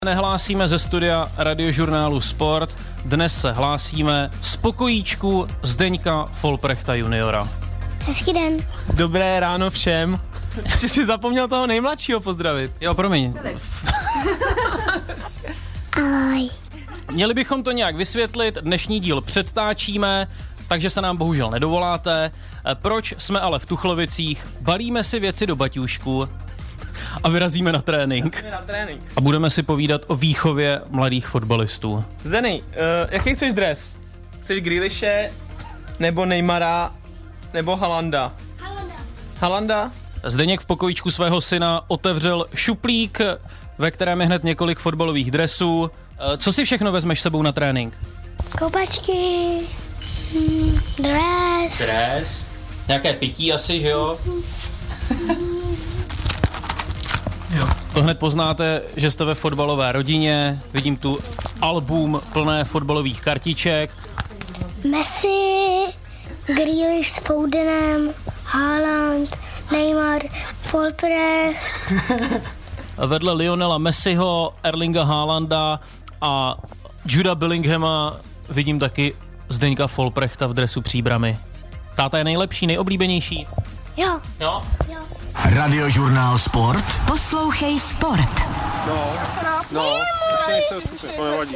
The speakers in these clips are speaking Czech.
Nehlásíme ze studia Radiožurnálu Sport, dnes se hlásíme z pokojíčku Zdeňka Folprechta juniora. Hezký den. Dobré ráno všem. Ještě si zapomněl toho nejmladšího pozdravit. Jo, promiň. Ahoj. Měli bychom to nějak vysvětlit, dnešní díl předtáčíme, takže se nám bohužel nedovoláte. Proč jsme ale v Tuchlovicích? Balíme si věci do baťůžku a vyrazíme na trénink. A budeme si povídat o výchově mladých fotbalistů. Zdeny, jaký chceš dres? Chceš Grealishe, nebo Neymara, nebo Haalanda? Haalanda? Zdeněk v pokojíčku svého syna otevřel šuplík, ve kterém je hned několik fotbalových dresů. Co si všechno vezmeš sebou na trénink? Koupačky, dres. Dres? Nějaké pití asi, že jo? Jo. To hned poznáte, že jste ve fotbalové rodině. Vidím tu album plné fotbalových kartiček. Messi, Grealish s Fodenem, Haaland, Neymar, Folprecht. Vedle Lionela Messiho, Erlinga Haalanda a Juda Bellinghama vidím taky Zdeňka Folprechta v dresu Příbrami. Táta je nejlepší, nejoblíbenější. Jo. Jo? Radiožurnál Sport. Poslouchej Sport. No, ještě nejste skupiny, to nevadí.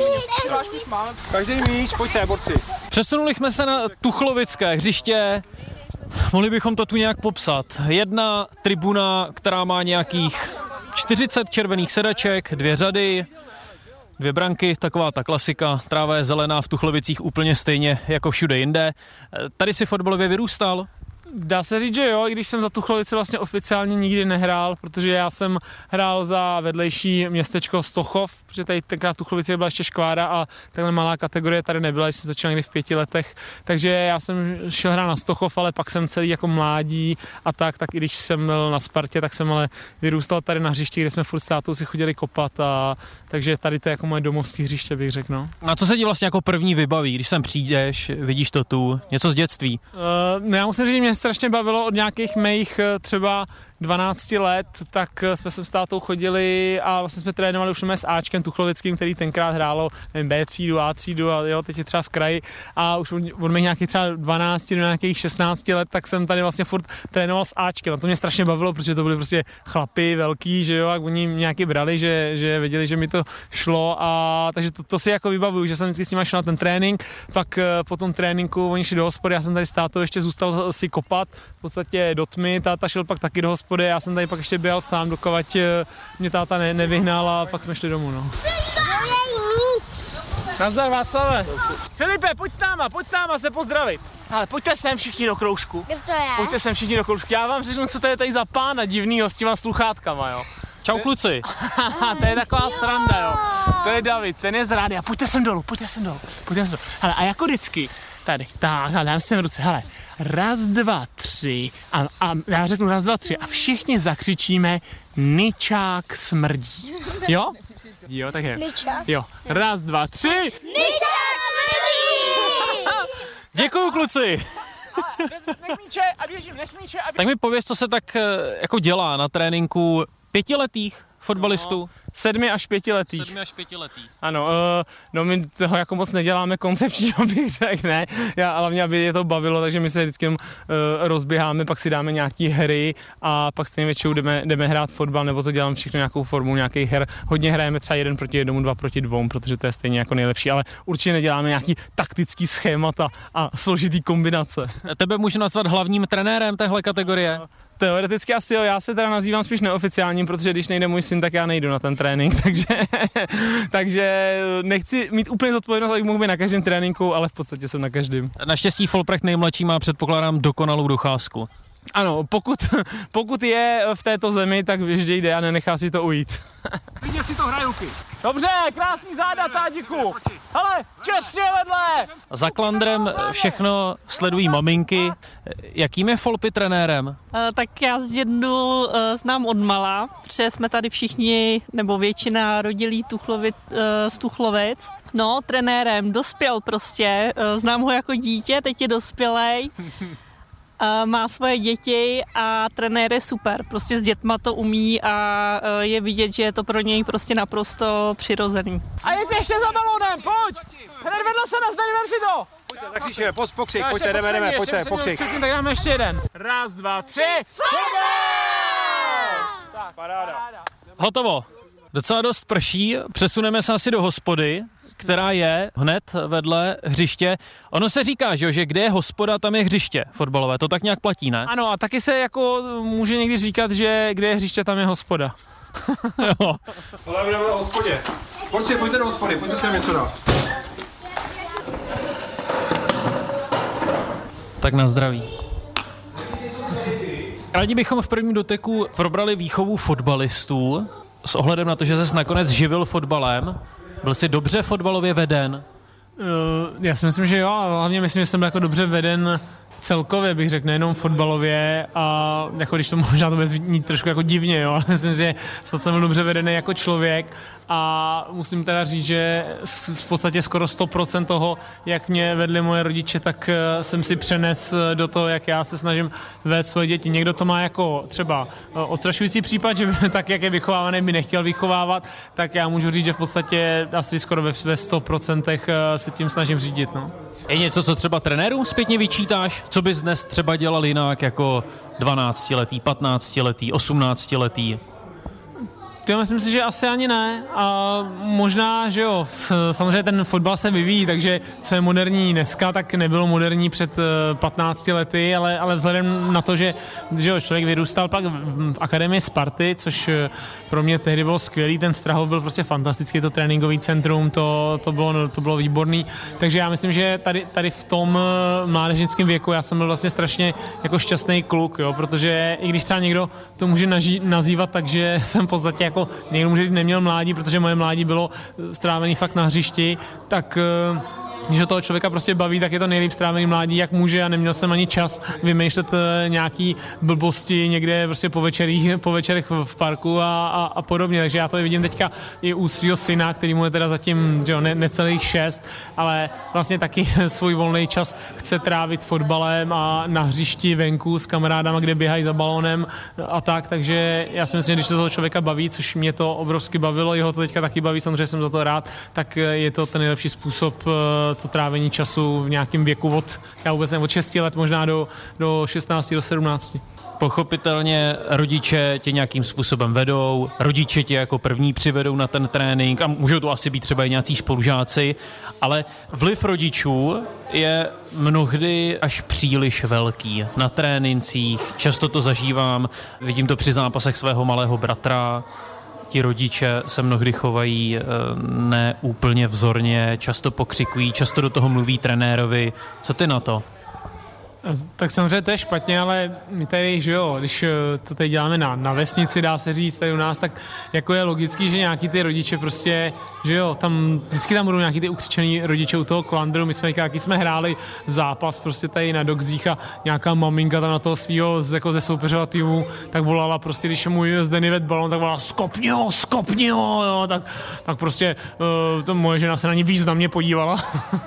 Každý míč, pojďte, borci. Přesunuli jsme se na Tuchlovické hřiště. Mohli bychom to tu nějak popsat. Jedna tribuna, která má nějakých 40 červených sedaček, 2 řady, 2 branky, taková ta klasika. Tráva je zelená v Tuchlovicích úplně stejně jako všude jinde. Tady si fotbalově vyrůstal? Dá se říct, že jo, i když jsem za Tuchlovice vlastně oficiálně nikdy nehrál, protože já jsem hrál za vedlejší městečko Stochov, protože tady tenkrát v Tuchlovici byla ještě škvára a takhle malá kategorie tady nebyla, když jsem začal někdy v 5 letech, takže já jsem šel hrát na Stochov, ale pak jsem celý jako mládí a tak i když jsem byl na Spartě, tak jsem ale vyrůstal tady na hřišti, kde jsme furt s tátou si chodili kopat a takže tady to je jako moje domovské hřiště, bych řekl, no. A co se ti vlastně jako první vybaví, když sem přijdeš, vidíš to tu, něco z dětství? No já musím říct, mě strašně bavilo od nějakých mých třeba 12 let, tak jsme se s tátou chodili a vlastně jsme trénovali už s Ačkem Tuchlovickým, který tenkrát hrálo nevím, B třídu, A třídu a jo, teď je třeba v kraji a už od mých nějakých třeba 12 do nějakých 16 let, tak jsem tady vlastně furt trénoval s Ačkem a to mě strašně bavilo, protože to byli prostě chlapy velký, že jo, a oni nějaký brali, že věděli, že mi to šlo a takže to si jako vybavuju, že jsem vždycky s nimi šel na ten trénink, pak po tom tréninku oni šli do hospody, já jsem tady s tátou ještě zůstal si kopat, v podstatě do tmy, táta šel pak taky do hospody, já jsem tady pak ještě běhal sám, dokovat mě táta nevyhnal a pak jsme šli domů, no. Nazdar Václave. Filipe, pojď s náma se pozdravit. Ale pojďte sem všichni do kroužku. Kdo to je? Pojďte sem všichni do kroužku. Já vám řeknu, co to je tady za pána divnýho s těma sluchátkama, jo. Čau kluci. To je taková sranda, jo. To je David, ten je z rádia. Pojďte sem dolů. Hele, a jako vždycky, tady, tak, dám si v ruce, hele. 1, 2, 3 a já řeknu 1, 2, 3 a všichni zakřičíme Nyčák smrdí. Jo? Jo, tak je. Nyčák. Jo, 1, 2, 3. Nyčák smrdí! Děkuju kluci. Nech míče a běžím. Tak mi pověz, co se tak jako dělá na tréninku 5letých fotbalistů. 7 až 5 letých. 7 až 5 letých. Ano, no my toho jako moc neděláme koncepčního, bych řekl, ne. Ale hlavně, aby je to bavilo, takže my se vždycky rozběháme, pak si dáme nějaký hry a pak stejně většinou jdeme hrát fotbal, nebo to dělám všechno nějakou formou nějakých her. Hodně hrajeme třeba 1 proti 1, 2 proti 2, protože to je stejně jako nejlepší, ale určitě neděláme nějaký taktický schémata a složitý kombinace. Tebe můžu nazvat hlavním trenérem téhle kategorie? Teoreticky asi jo, já se teda nazývám spíš neoficiálním, protože když nejde můj syn, tak já nejdu na ten trénink, takže nechci mít úplně zodpovědnost, abych mohl být na každém tréninku, ale v podstatě jsem na každém. Naštěstí Folprecht nejmladší má, předpokládám, dokonalou docházku. Ano, pokud je v této zemi, tak vždy jde a nenechá si to ujít. Viděl si to hrajulky. Dobře, krásný záda, tádiku. Hele, čestně vedle. Za klandrem všechno sledují maminky. Jakým je Folpy trenérem? Tak já z dědu znám od mala, protože jsme tady všichni, nebo většina rodilí z Tuchlovic. No, trenérem, dospěl prostě, znám ho jako dítě, teď je dospělej. má svoje děti a trenér je super. Prostě s dětma to umí a je vidět, že je to pro něj prostě naprosto přirozený. A jeďte ještě za balonem, pojď! Hned vedle sebe, vem si to! Pojďte, tak křičíme, pokřik, pojďte, jdeme, pojďte, pokřik. Tak dáme ještě jeden. 1, 2, 3. Tak, paráda. Hotovo. Docela dost prší, přesuneme se asi do hospody, která je hned vedle hřiště. Ono se říká, že kde je hospoda, tam je hřiště fotbalové, to tak nějak platí, ne? Ano, a taky se jako může někdy říkat, že kde je hřiště, tam je hospoda. Jo. Ale budeme v hospodě. Pojďte do hospody, pojďte sem něco dát. Tak na zdraví. Rádi bychom v prvním doteku probrali výchovu fotbalistů s ohledem na to, že ses nakonec živil fotbalem. Byl jsi dobře fotbalově veden? Já si myslím, že jo, a hlavně myslím, že jsem byl jako dobře veden celkově, bych řekl, nejenom fotbalově a jako když to možná to bude znít trošku jako divně, jo, ale myslím, že snad jsem byl dobře vedený jako člověk a musím teda říct, že v podstatě skoro 100% toho, jak mě vedli moje rodiče, tak jsem si přenes do toho, jak já se snažím vést svoje děti. Někdo to má jako třeba odstrašující případ, že by, tak, jak je vychovávaný, by nechtěl vychovávat, tak já můžu říct, že v podstatě asi skoro ve 100% se tím snažím řídit, no. Je něco, co třeba trenérům zpětně vyčítáš? Co bys dnes třeba dělal jinak jako 12letý, 15letý, 18letý? Já myslím si, že asi ani ne a možná, že jo, samozřejmě ten fotbal se vyvíjí, takže co je moderní dneska, tak nebylo moderní před 15 lety, ale vzhledem na to, že jo, člověk vyrůstal pak v akademii Sparty, což pro mě tehdy bylo skvělý, ten Strahov byl prostě fantastický, to tréninkový centrum, to bylo výborný, takže já myslím, že tady v tom mládežnickém věku já jsem byl vlastně strašně jako šťastný kluk, jo, protože i když třeba někdo to může nazývat tak, že jsem v podstatě jako někdo může říct, neměl mládí, protože moje mládí bylo strávený fakt na hřišti, tak když to toho člověka prostě baví, tak je to nejlíp strávený mládí, jak může a neměl jsem ani čas vymýšlet nějaký blbosti někde prostě po večerech v parku a podobně, takže já to vidím teďka i u svého syna, který mu je teda zatím necelých 6, ale vlastně taky svůj volný čas chce trávit fotbalem a na hřišti venku s kamarádama, kde běhají za balónem a tak, takže já si myslím, že když to toho člověka baví, což mě to obrovsky bavilo, jeho to teďka taky baví, samozřejmě jsem za to rád, tak je to ten nejlepší způsob to trávení času v nějakém věku od 6 let možná do 16, do 17. Pochopitelně rodiče tě nějakým způsobem vedou, rodiče tě jako první přivedou na ten trénink a můžou to asi být třeba i nějací spolužáci, ale vliv rodičů je mnohdy až příliš velký na trénincích, často to zažívám, vidím to při zápasech svého malého bratra. Ti rodiče se mnohdy chovají neúplně vzorně, často pokřikují, často do toho mluví trenérovi. Co ty na to? Tak samozřejmě to je špatně, ale my tady, že jo, když to tady děláme na vesnici, dá se říct, tady u nás, tak jako je logický, že nějaký ty rodiče prostě, že jo, vždycky tam budou nějaký ty ukřičený rodiče u toho klandru, my jsme jaký jsme hráli zápas prostě tady na Dogzích a nějaká maminka tam na toho svýho jako ze soupeřova týmu, tak volala prostě, když můj Zdeny ved balon, tak volala skopni ho, jo, tak prostě to moje žena se na ní významně podívala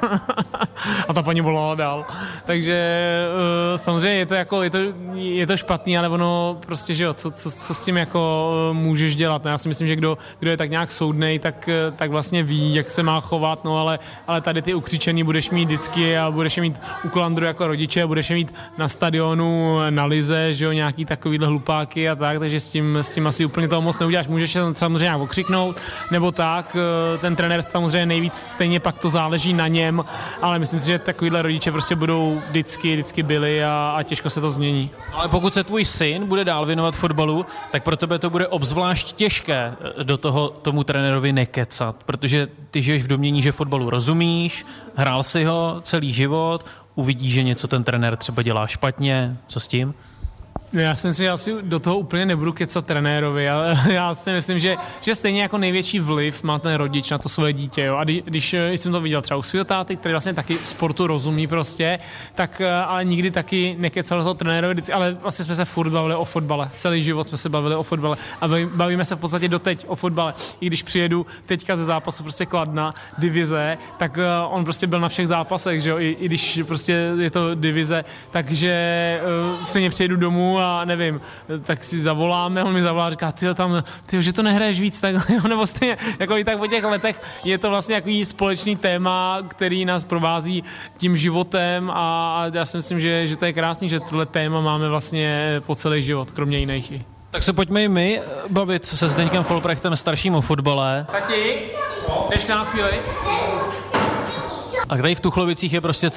a ta paní volala dál, takže samozřejmě je to špatný, ale ono prostě, že jo, co s tím jako můžeš dělat. No, já si myslím, že kdo je tak nějak soudnej, tak vlastně ví, jak se má chovat, no ale tady ty ukřičený budeš mít vždycky a budeš je mít u klandru jako rodiče, budeš je mít na stadionu, na lize, že jo, nějaký takovýhle hlupáky a tak, takže s tím asi úplně toho moc neuděláš. Můžeš se samozřejmě nějak okřiknout, nebo tak, ten trenér samozřejmě nejvíc, stejně pak to záleží na něm, ale myslím si, že takovýhle rodiče prostě budou vždycky byli a těžko se to změní. Ale pokud se tvůj syn bude dál věnovat fotbalu, tak pro tebe to bude obzvlášť těžké do toho tomu trenérovi nekecat, protože ty žiješ v domnění, že fotbalu rozumíš, hrál si ho celý život, uvidíš, že něco ten trenér třeba dělá špatně, co s tím? Já si myslím, že asi do toho úplně nebudu kecat trenérovi, ale já si myslím, že stejně jako největší vliv má ten rodič na to svoje dítě. Jo? A když jsem to viděl třeba u svého táty, který vlastně taky sportu rozumí prostě, tak ale nikdy taky nekecal do toho trenérovi, ale vlastně jsme se furt bavili o fotbale. Celý život jsme se bavili o fotbale a bavíme se v podstatě doteď o fotbale. I když přijedu teďka ze zápasu prostě Kladna, divize, tak on prostě byl na všech zápasech, že jo? I když prostě je to divize, takže stejně přijedu domů a nevím, tak si zavoláme, on mi zavolá a říká, tyjo, že to nehraješ víc, tak, nebo stejně, jako i tak po těch letech je to vlastně takový společný téma, který nás provází tím životem a já si myslím, že to je krásný, že tohle téma máme vlastně po celý život, kromě jiných. Tak se pojďme i my bavit se Zdeňkem Folprechtem starším o fotbale. Tati, jdeš na chvíli? A tady v Tuchlovicích je prostě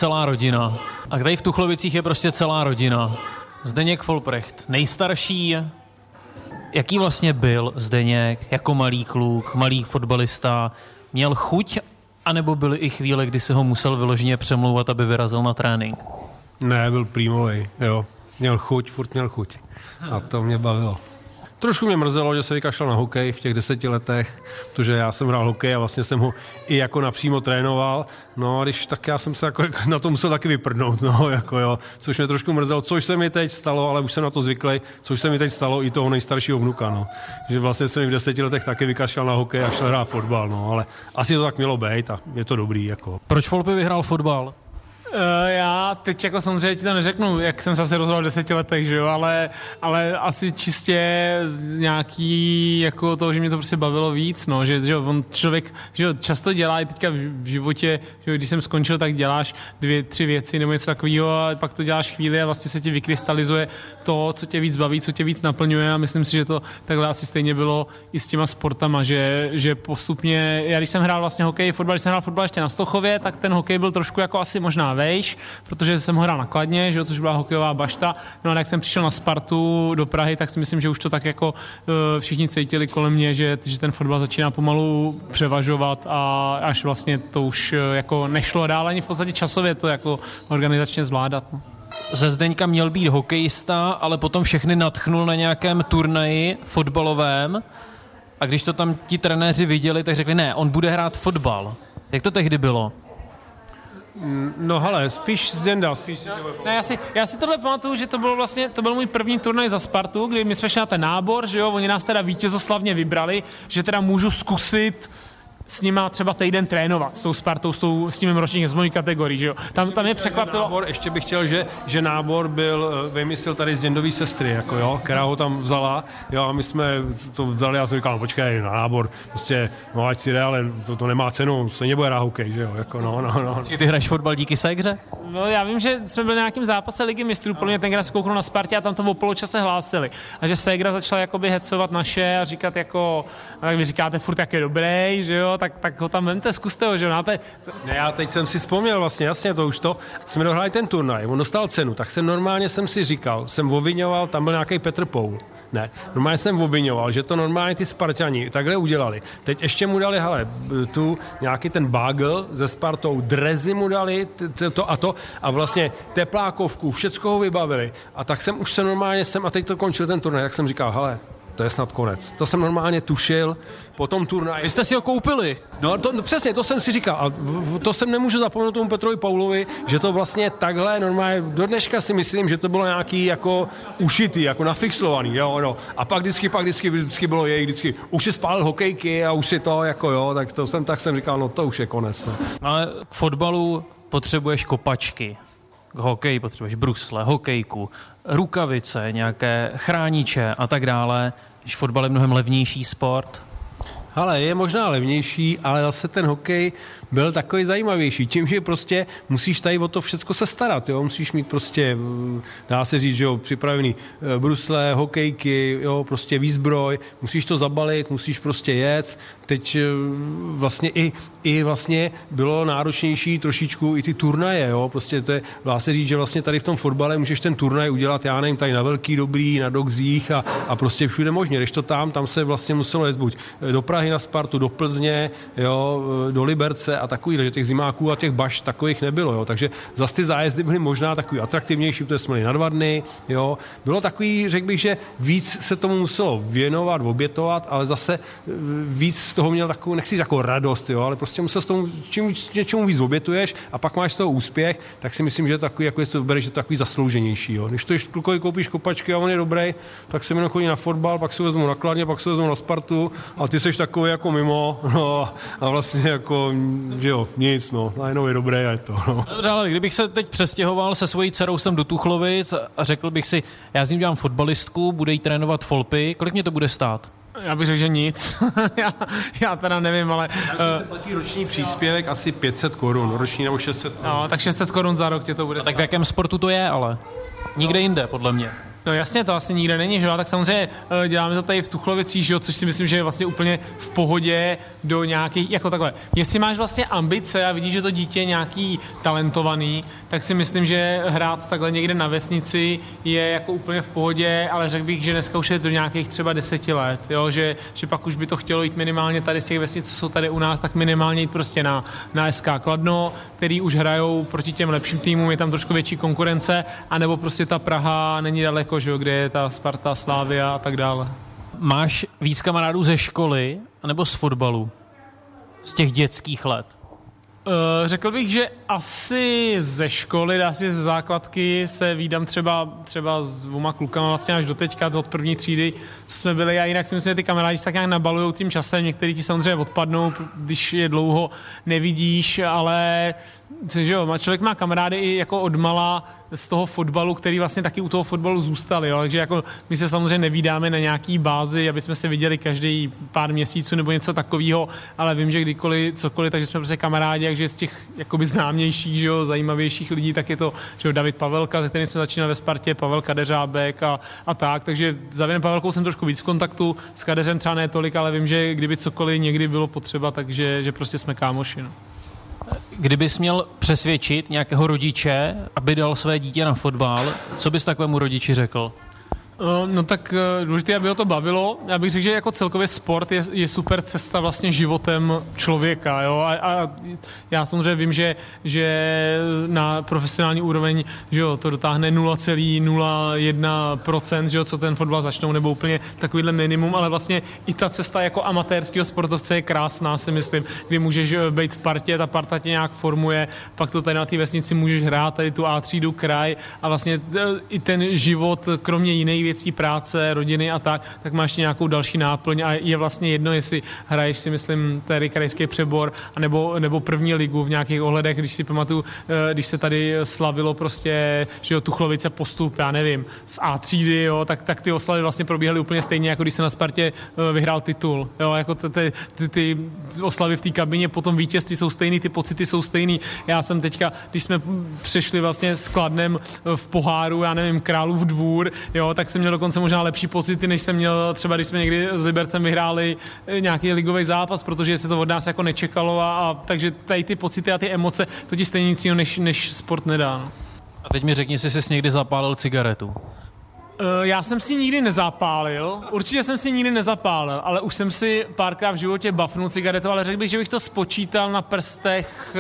celá rodina. Zdeněk Folprecht, nejstarší. Jaký vlastně byl Zdeněk jako malý kluk, malý fotbalista? Měl chuť, anebo byly i chvíle, kdy si ho musel vyloženě přemlouvat, aby vyrazil na trénink? Ne, byl prímovej, jo. Furt měl chuť. A to mě bavilo. Trošku mě mrzelo, že se vykašlal na hokej v těch 10 letech, protože já jsem hrál hokej a vlastně jsem ho i jako napřímo trénoval. No a když tak já jsem se jako na to musel taky vyprdnout, no jako jo, což mě trošku mrzelo, což se mi teď stalo, ale už jsem na to zvyklý, což se mi teď stalo i toho nejstaršího vnuka, no. Že vlastně jsem v 10 letech taky vykašlal na hokej a šel hrát fotbal, no, ale asi to tak mělo být a je to dobrý, jako. Proč Folpy vyhrál fotbal? Já teď jako samozřejmě ti to neřeknu, jak jsem se asi rozhodl v 10 letech, že jo, ale asi čistě nějaký jako to, že mě to prostě bavilo víc, no, že on člověk, že jo, často dělá i teďka v životě, že jo, když jsem skončil, tak děláš 2-3 věci nebo něco takového a pak to děláš chvíli a vlastně se ti vykrystalizuje to, co tě víc baví, co tě víc naplňuje a myslím si, že to takhle asi stejně bylo i s těma sportama, že postupně, já když jsem hrál vlastně hokej, fotbal, když jsem hrál fotbal ještě na Stochově, tak ten hokej byl trošku jako asi možná vejš, protože jsem ho hrál na Kladně, že jo, což byla hokejová bašta. No a jak jsem přišel na Spartu do Prahy, tak si myslím, že už to tak jako všichni cítili kolem mě, že ten fotbal začíná pomalu převažovat a až vlastně to už jako nešlo dál ani v podstatě časově to jako organizačně zvládat. No. Ze Zdeňka měl být hokejista, ale potom všechny nadchnul na nějakém turnaji fotbalovém a když to tam ti trenéři viděli, tak řekli, ne, on bude hrát fotbal. Jak to tehdy bylo? No hele, spíš Zenda, Ne, já si tohle pamatuju, že to byl můj první turnaj za Spartu, kdy my jsme šli na ten nábor, že jo, oni nás teda vítězoslavně vybrali, že teda můžu zkusit s nima třeba týden trénovat s tou Spartou, s tím ročníkem, z mojí kategorii, že jo. Tam je překvapilo. Nábor, ještě bych chtěl, že nábor byl vymyslel tady z Děndový sestry, jako jo, která ho tam vzala, jo, a my jsme to vzali, já jsem říkal, no počkej, na nábor, prostě, no ať si jde, ale to nemá cenu, se nebude hrát hokej, že jo, jako no. Ty hraješ fotbal díky Segře? No já vím, že jsme byli na nějakém zápase Ligy mistrů, podle mě tenkrát se kouknul na Spartě a tam to o poločase hlásili. A že Segra začala jakoby hecovat naše a říkat jako, tak vy říkáte furt, jak je dobrý, že jo, tak ho tam vemte, zkuste ho, že jo. Ne, já teď jsem si vzpomněl vlastně, jasně, to už to, jsme dohráli ten turnaj, on dostal cenu, tak jsem si říkal, jsem oviňoval, tam byl nějaký Petr Poul. Ne, normálně jsem obviňoval, že to normálně ty Sparťani takhle udělali. Teď ještě mu dali, hele, tu nějaký ten bagel ze Spartou, drezy mu dali, to a vlastně teplákovku, všecko ho vybavili. A tak jsem už se normálně a teď to končil ten turnaj, tak jsem říkal, hele, to je snad konec. To jsem normálně tušil po tom turnaji. Vy jste si ho koupili? No přesně, to jsem si říkal. A to jsem nemůžu zapomenout tomu Petrovi Paulovi, že to vlastně takhle normálně, do dneška si myslím, že to bylo nějaký jako ušitý, jako nafixlovaný, jo, no. A pak vždycky bylo vždycky už si spálil hokejky a už si to, jako jo, tak jsem říkal, no to už je konec. No. Ale k fotbalu potřebuješ kopačky. K hokeji potřebuješ brusle, hokejku, rukavice, nějaké chrániče a tak dále. Když fotbal je mnohem levnější sport. Ale je možná levnější, ale zase ten hokej byl takový zajímavější. Tím, že prostě musíš tady o to všecko se starat, jo? Musíš mít prostě, dá se říct, že jo, připravený brusle, hokejky, jo, prostě výzbroj, musíš to zabalit, musíš prostě jet. Teď vlastně i vlastně bylo náročnější trošičku i ty turnaje, jo, prostě to je, dá se říct, že vlastně tady v tom fotbale můžeš ten turnaj udělat, já nevím, tady na Velký Dobrý, na Dokzích a prostě všude možně, když to tam se vlastně muselo jet buď do Prahy, Prahy na Spartu, do Plzně, jo, do Liberce a takový, že těch zimáků a těch baš takových nebylo, jo. Takže zase ty zájezdy byly možná takový atraktivnější, protože jsme měli na 2 dny, jo. Bylo takový, řekl bych, že víc se tomu muselo věnovat, obětovat, ale zase víc z toho měl takovou, nechci říct jako radost, jo, ale prostě musel z tomu, něčemu víc obětuješ a pak máš z toho úspěch, tak si myslím, že takový, jako jestli to bereš, že to takový zaslouženější, jo. Když to klukovi koupíš kopačky a on je dobrý, tak se jenom chodí na fotbal, pak se vezmu na Kladně, pak se vezmu na Spartu a ty seš takový jako mimo, no, a vlastně jako, že jo, nic, no, najednou je dobré a je to, no. Dobře, ale kdybych se teď přestěhoval se svojí dcerou sem do Tuchlovic a řekl bych si, já s ním dělám fotbalistku, bude jí trénovat Folpy, kolik mě to bude stát? Já bych řekl, že nic. já teda nevím, ale... Se platí roční příspěvek asi 500 korun, roční nebo 600 korun. No, tak 600 korun za rok tě to bude Tak v jakém sportu to je, ale? Nikde jinde, podle mě. No jasně, to asi nikde není, že jo, tak samozřejmě děláme to tady v Tuchlovicích, že jo, což si myslím, že je vlastně úplně v pohodě do nějakých, jako takhle. Jestli máš vlastně ambice a vidíš, že to dítě je nějaký talentovaný, tak si myslím, že hrát takhle někde na vesnici je jako úplně v pohodě, ale řekl bych, že dneska už je do nějakých třeba 10 let, jo, že pak už by to chtělo jít minimálně tady z těch vesnic, co jsou tady u nás, tak minimálně jít prostě na SK Kladno, který už hrajou proti těm lepším týmům, je tam trošku větší konkurence, anebo prostě ta Praha není daleko, že jo, kde je ta Sparta, Slavia a tak dále. Máš víc kamarádů ze školy nebo z fotbalu? Z těch dětských let? Řekl bych, že asi ze školy, dá se ze základky se vídám třeba s 2 klukama vlastně až do teďka, od první třídy, co jsme byli, a jinak si myslím, že ty kamarádi se tak nějak nabalujou tím časem, některý ti samozřejmě odpadnou, když je dlouho nevidíš, ale že jo, člověk má kamarády i jako odmala z toho fotbalu, který vlastně taky u toho fotbalu zůstali, jo? Takže jako my se samozřejmě nevídáme na nějaký bázi, aby jsme se viděli každý pár měsíců nebo něco takového, ale vím, že kdykoliv, cokoliv, takže jsme prostě kamarádi, takže z těch jakoby známějších, že jo, zajímavějších lidí, tak je to, že jo, David Pavelka, se kterým jsme začínali ve Spartě, Pavel Kadeřábek a tak, takže s Davidem Pavelkou jsem trošku víc v kontaktu, s Kadeřem třeba ne tolik, ale vím, že kdyby cokoliv někdy bylo potřeba, takže že prostě jsme kámoši, no. Kdybys měl přesvědčit nějakého rodiče, aby dal své dítě na fotbal, co bys takovému rodiči řekl? No tak důležité, aby ho to bavilo. Já bych řekl, že jako celkově sport je super cesta vlastně životem člověka. Jo? A já samozřejmě vím, že na profesionální úroveň, že jo, to dotáhne 0,01%, že jo, co ten fotbal začnou, nebo úplně takovýhle minimum, ale vlastně i ta cesta jako amatérského sportovce je krásná, si myslím, kdy můžeš být v partě, ta parta tě nějak formuje, pak to tady na té vesnici můžeš hrát, tady tu A třídu, kraj a vlastně i ten život, kromě jiných věcí, práce, rodiny a tak máš nějakou další náplň a je vlastně jedno, jestli hraješ, si myslím, tady krajský přebor nebo první ligu v nějakých ohledech, když si pamatuju, když se tady slavilo prostě, že jo, Tuchlovice postup, já nevím, z A třídy, jo, tak ty oslavy vlastně probíhaly úplně stejně, jako když se na Spartě vyhrál titul, jo, jako ty oslavy v té kabině, potom vítězství jsou stejný, ty pocity jsou stejný. Já jsem teďka, když jsme přešli vlastně s Kladnem v poháru, já nevím, Králův Dvůr, jo, tak jsem měl dokonce možná lepší pocity, než jsem měl třeba, když jsme někdy s Libercem vyhráli nějaký ligový zápas, protože se to od nás jako nečekalo a takže tady ty pocity a ty emoce, to ti stejně nic jiného než sport nedá. No. A teď mi řekni, jestli jsi někdy zapálil cigaretu. Já jsem si nikdy nezapálil, určitě jsem si nikdy nezapálil, ale už jsem si párkrát v životě bafnul cigaretu, ale řekl bych, že bych to spočítal na prstech,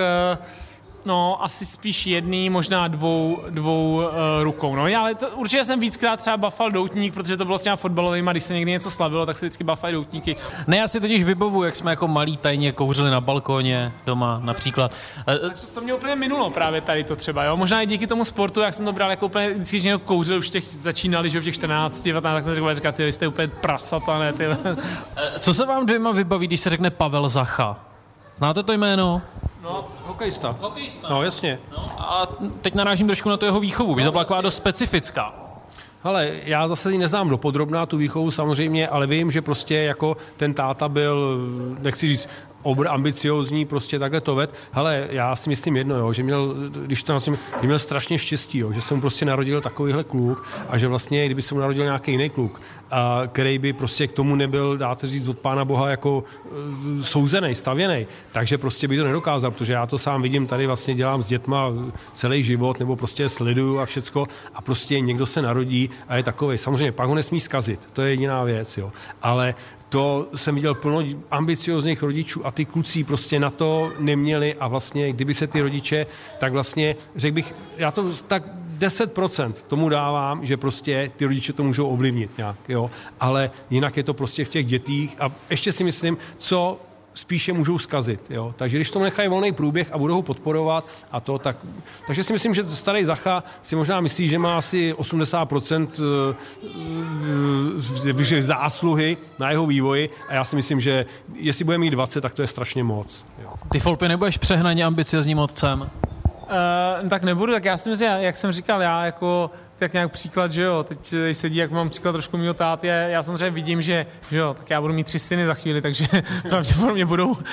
no, asi spíš jedný, možná dvou rukou. No, ale určitě jsem víckrát třeba bafal doutník, protože to bylo s těma fotbalovýma, když se někdy něco slavilo, tak se vždycky bafají doutníky. Ne, já si totiž vybavuju, jak jsme jako malí tajně kouřili na balkóně doma například. To mě úplně minulo právě tady to třeba, jo. Možná i díky tomu sportu, jak jsem to bral jako úplně, vždycky, když někdo kouřil, už začínali, že v těch 14, 19, tak jsem říkal, ty jste úplně prasata, ne, ty. Co se vám dvěma vybaví, když se řekne Pavel Zacha? Znáte to jméno? No, hokejista. No, jasně. No, a teď narážím trošku na to jeho výchovu, protože to byla taková dost specifická. Hele, já zase neznám dopodrobná tu výchovu samozřejmě, ale vím, že prostě jako ten táta byl, nechci říct, ambiciózní, prostě takhle to ved. Hele, já si myslím jedno, jo, že měl, když to nazvím, že měl strašně štěstí, jo, že se mu prostě narodil takovýhle kluk a že vlastně, kdyby se mu narodil nějaký jiný kluk, který by prostě k tomu nebyl, dáte říct, od Pána Boha jako souzený, stavěný, takže prostě by to nedokázal, protože já to sám vidím, tady vlastně dělám s dětma celý život, nebo prostě sleduju a všecko a prostě někdo se narodí a je takovej. Samozřejmě pak ho nesmí zkazit, to je jediná věc, jo, ale to jsem viděl plno ambiciozních rodičů a ty kluci prostě na to neměli a vlastně, kdyby se ty rodiče, tak vlastně, řekl bych, já to tak 10% tomu dávám, že prostě ty rodiče to můžou ovlivnit nějak, jo, ale jinak je to prostě v těch dětích a ještě si myslím, co spíše můžou zkazit, jo. Takže když tomu nechají volný průběh a budou ho podporovat a to, tak... Takže si myslím, že starý Zacha si možná myslí, že má asi 80% zásluhy na jeho vývoji a já si myslím, že jestli bude mít 20, tak to je strašně moc. Jo. Ty, Folpy, nebudeš přehnaně ambiciozním otcem? Tak nebudu, tak já si myslím, jak jsem říkal, já jako tak nějak příklad, že jo, teď sedí, jak mám příklad trošku mýho táty, já samozřejmě vidím, že jo, tak já budu mít 3 syny za chvíli, takže pravděpodobně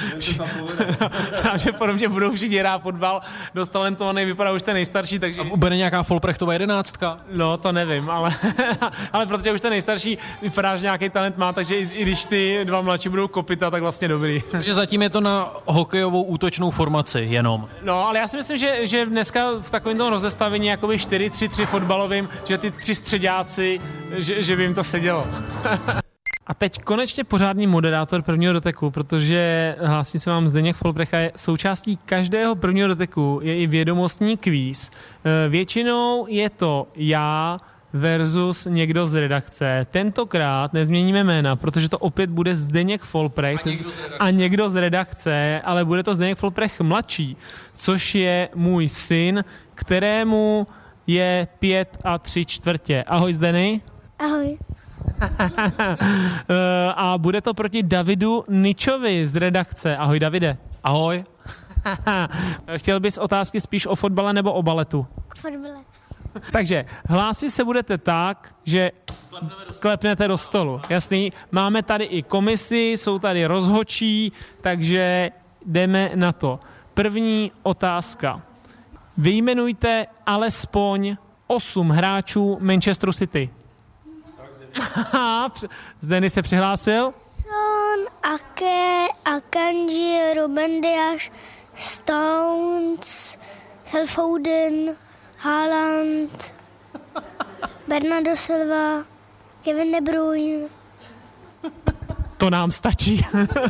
budou všichni hrát fotbal, dost talentovaný, vypadá už ten nejstarší, takže... A bude nějaká Folprechtová 11? No, to nevím, ale protože už ten nejstarší vypadá, že nějaký talent má, takže i když ty 2 mladší budou kopita, tak vlastně dobrý. Takže zatím je to na hokejovou útočnou formaci jenom. No, ale já si myslím, že dneska v takovém tom rozestavení jakoby 4-3-3 fotbalovým, že ty 3 středáci, že by jim to sedělo. A teď konečně pořádný moderátor prvního doteku, protože hlásí se vám Zdeněk Folprecha, je součástí každého prvního doteku, je i vědomostní kvíz. Většinou je to já versus někdo z redakce. Tentokrát nezměníme jména, protože to opět bude Zdeněk Folprech a někdo z redakce, ale bude to Zdeněk Folprech mladší, což je můj syn, kterému je 5 3/4. Ahoj, Zdeny. Ahoj. A bude to proti Davidu Ničovi z redakce. Ahoj, Davide. Ahoj. Chtěl bys otázky spíš o fotbale nebo o baletu? Fotbale. Takže hlásit se budete tak, že klepnete do stolu. Jasný? Máme tady i komisi, jsou tady rozhodčí, takže jdeme na to. První otázka. Vyjmenujte alespoň 8 hráčů Manchesteru City. Zdeny se přihlásil. Son, Ake, Akanji, Ruben Dias, Stones, Phil Foden, Haaland, Bernardo Silva, Kevin De Bruyne. To nám stačí.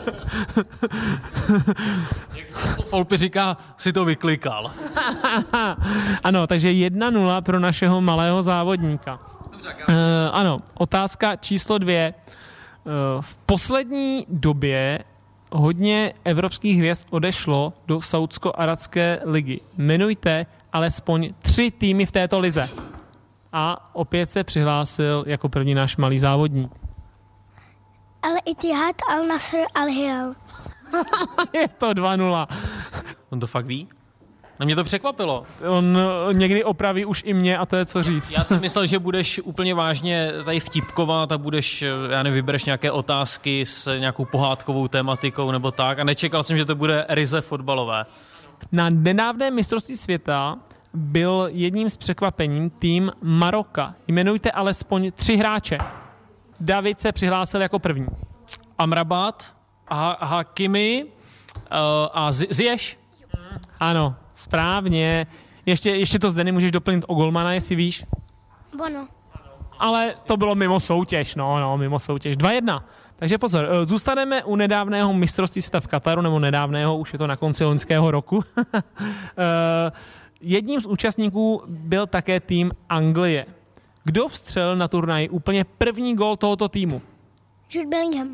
Folpy říká, si to vyklikal. Ano, takže 1-0 pro našeho malého závodníka. Ano, otázka číslo 2. V poslední době hodně evropských hvězd odešlo do Saúdsko-arabské ligy. Jmenujte alespoň 3 týmy v této lize. A opět se přihlásil jako první náš malý závodník. Al-Ittihad, Al-Nasr, Al-Hilal. Je to 2-0. On to fakt ví? No mě to překvapilo. On někdy opraví už i mě a to je co říct. Já jsem myslel, že budeš úplně vážně tady vtipkovat a budeš, já nevím, vybereš nějaké otázky s nějakou pohádkovou tematikou nebo tak a nečekal jsem, že to bude ryze fotbalové. Na nedávném mistrovství světa byl jedním z překvapením tým Maroka. Jmenujte alespoň 3 hráče. David se přihlásil jako první. Amrabat, Hakimi a Ziyech? Ano, správně. Ještě to zde nemůžeš doplnit o golmana, jestli víš. Bono. Ale to bylo mimo soutěž, mimo soutěž. 2-1. Takže pozor, zůstaneme u nedávného mistrovství světa v Kataru, nebo nedávného, už je to na konci loňského roku. Jedním z účastníků byl také tým Anglie. Kdo vstřelil na turnaji úplně první gól tohoto týmu? Jude Bellingham.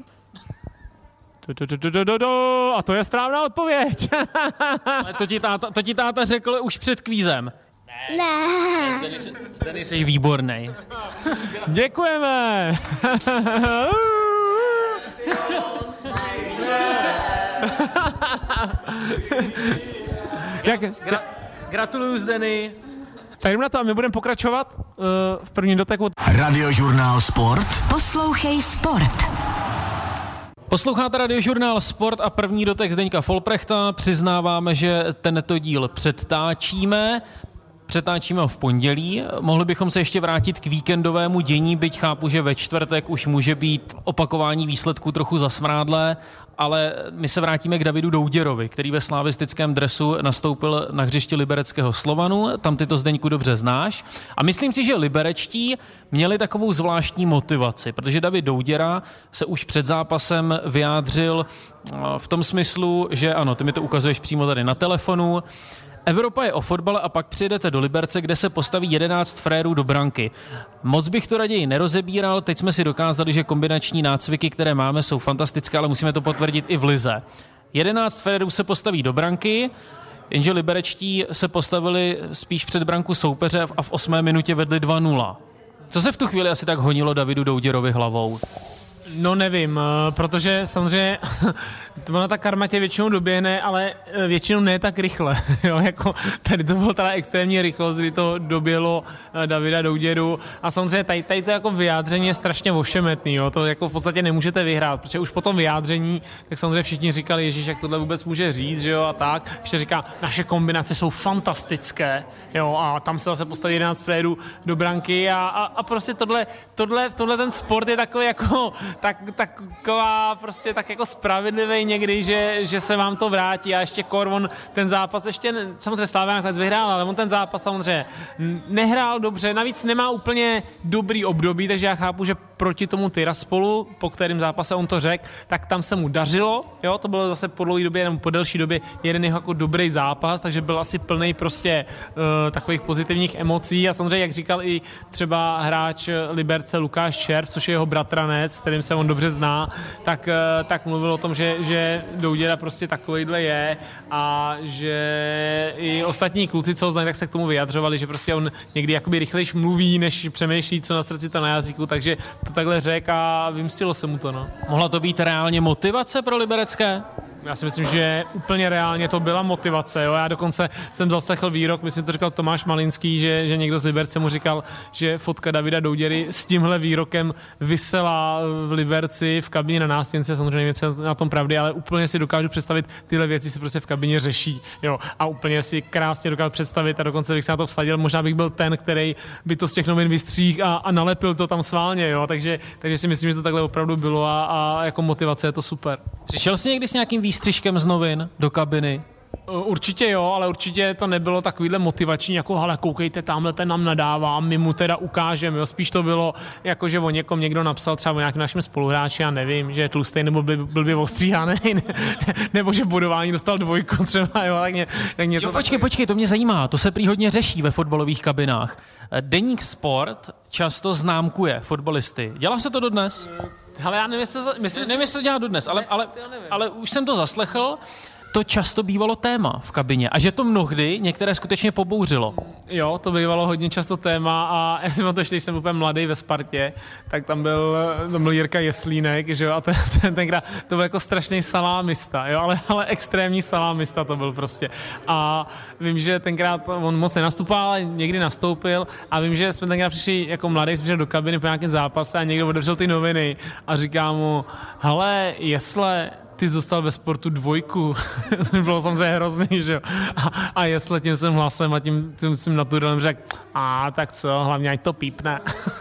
A to je správná odpověď. Ale to ti táta řekl už před kvízem. Ne. Zdeny jsi výbornej. Děkujeme. Gratuluju, Zdeny. Tak jdeme na to a my budeme pokračovat v prvním doteku. Radiožurnál Sport. Poslouchej Sport. Posloucháte Radiožurnál Sport a první dotek Zdeňka Folprechta. Přiznáváme, že tento díl předtáčíme. přetáčíme ho v pondělí. Mohli bychom se ještě vrátit k víkendovému dění, byť chápu, že ve čtvrtek už může být opakování výsledků trochu zasmrádlé, ale my se vrátíme k Davidu Douděrovi, který ve slavistickém dresu nastoupil na hřišti libereckého Slovanu. Tam ty to, Zdeňku, dobře znáš. A myslím si, že liberečtí měli takovou zvláštní motivaci, protože David Douděra se už před zápasem vyjádřil v tom smyslu, že ano, ty mi to ukazuješ přímo tady na telefonu, Evropa je o fotbale a pak přijedete do Liberce, kde se postaví 11 frérů do branky. Moc bych to raději nerozebíral, teď jsme si dokázali, že kombinační nácviky, které máme, jsou fantastické, ale musíme to potvrdit i v lize. 11 frérů se postaví do branky, jenže liberečtí se postavili spíš před branku soupeře a v 8. minutě vedli 2-0. Co se v tu chvíli asi tak honilo Davidu Douděrovi hlavou? No nevím, protože samozřejmě ona ta karma tě většinou doběhne, ale většinou ne tak rychle. Jo, jako tady to bylo teda extrémní rychlost, kdy to doběhlo Davida Douděru a samozřejmě tady to jako vyjádření je strašně ošemetný, jo, to jako v podstatě nemůžete vyhrát, protože už po tom vyjádření, tak samozřejmě všichni říkali, Ježíš, jak tohle vůbec může říct, že jo, a tak. Ještě říká, naše kombinace jsou fantastické, jo, a tam se zase postaví 11 frérů do branky a prostě tohle ten sport je takový jako taková prostě tak jako spravedlivý někdy, že se vám to vrátí a ještě on ten zápas ještě, samozřejmě Slavia nakonec vyhrál, ale on ten zápas samozřejmě nehrál dobře, navíc nemá úplně dobrý období, takže já chápu, že proti tomu Tiraspolu, po kterém zápase on to řekl, tak tam se mu dařilo, jo, to bylo zase po dlouhé době, nebo po delší době jeden jeho jako dobrý zápas, takže byl asi plný prostě takových pozitivních emocí a samozřejmě, jak říkal i třeba hráč Liberce Lukáš Červ, což je jeho bratranec, s kterým se on dobře zná, tak mluvil o tom, že Douděra prostě takovejhle je a že i ostatní kluci, co ho znají, tak se k tomu vyjadřovali, že prostě on někdy jakoby rychlejš mluví, než přemýšlí, co na srdci, to na jazyku, takže to takhle řekl a vymstilo se mu to, no. Mohla to být reálně motivace pro liberecké? Já si myslím, že úplně reálně to byla motivace. Jo? Já dokonce jsem zaslechl výrok, myslím, to říkal Tomáš Malinský, že někdo z Liberce mu říkal, že fotka Davida Douděry s tímhle výrokem visela v Liberci v kabině na nástěnce. Samozřejmě nevím, co na tom pravdy, ale úplně si dokážu představit, tyhle věci se prostě v kabině řeší. Jo? A úplně si krásně dokážu představit a dokonce bych se na to vsadil. Možná bych byl ten, který by to z těch novin vystříhl a nalepil to tam sválně. Jo? Takže si myslím, že to takhle opravdu bylo a jako motivace je to super. Přišel jsi někdy s nějakým výstřižkem z novin do kabiny? Určitě jo, ale určitě to nebylo takovýhle motivační, jako hele, koukejte, tamhle ten nám nadává, my mu teda ukážeme, jo, spíš to bylo, jako že o někom někdo napsal třeba o nějakým našem spoluhráči, já nevím, že je tlustý nebo blbě ostříhaný, nebo že v bodování dostal 2 třeba, jo, tak něco. Jo, počkej, to mě zajímá, to se prý hodně řeší ve fotbalových kabinách. Deník Sport často známkuje fotbalisty. Dělá se to dodnes? Hele, já nevím, jestli to dělá dodnes, ale už jsem to zaslechl. To často bývalo téma v kabině a že to mnohdy některé skutečně pobouřilo. Jo, to bývalo hodně často téma a já si to ještě, když jsem úplně mladý ve Spartě, tak tam byl Jirka Jeslínek, že jo, a tenkrát to byl jako strašný salámista, jo, ale extrémní salámista to byl prostě. A vím, že tenkrát on moc nenastupoval, ale někdy nastoupil a vím, že jsme tenkrát přišli jako mladý, jsme přišli do kabiny po nějakém zápase a někdo otevřel ty noviny a říká mu, hele, Jesle, ty jsi dostal ve Sportu 2. To bylo samozřejmě hrozný, že jo. A jestli tím jsem hlasem a tím svým naturelem řekl, tak co, hlavně ať to pípne.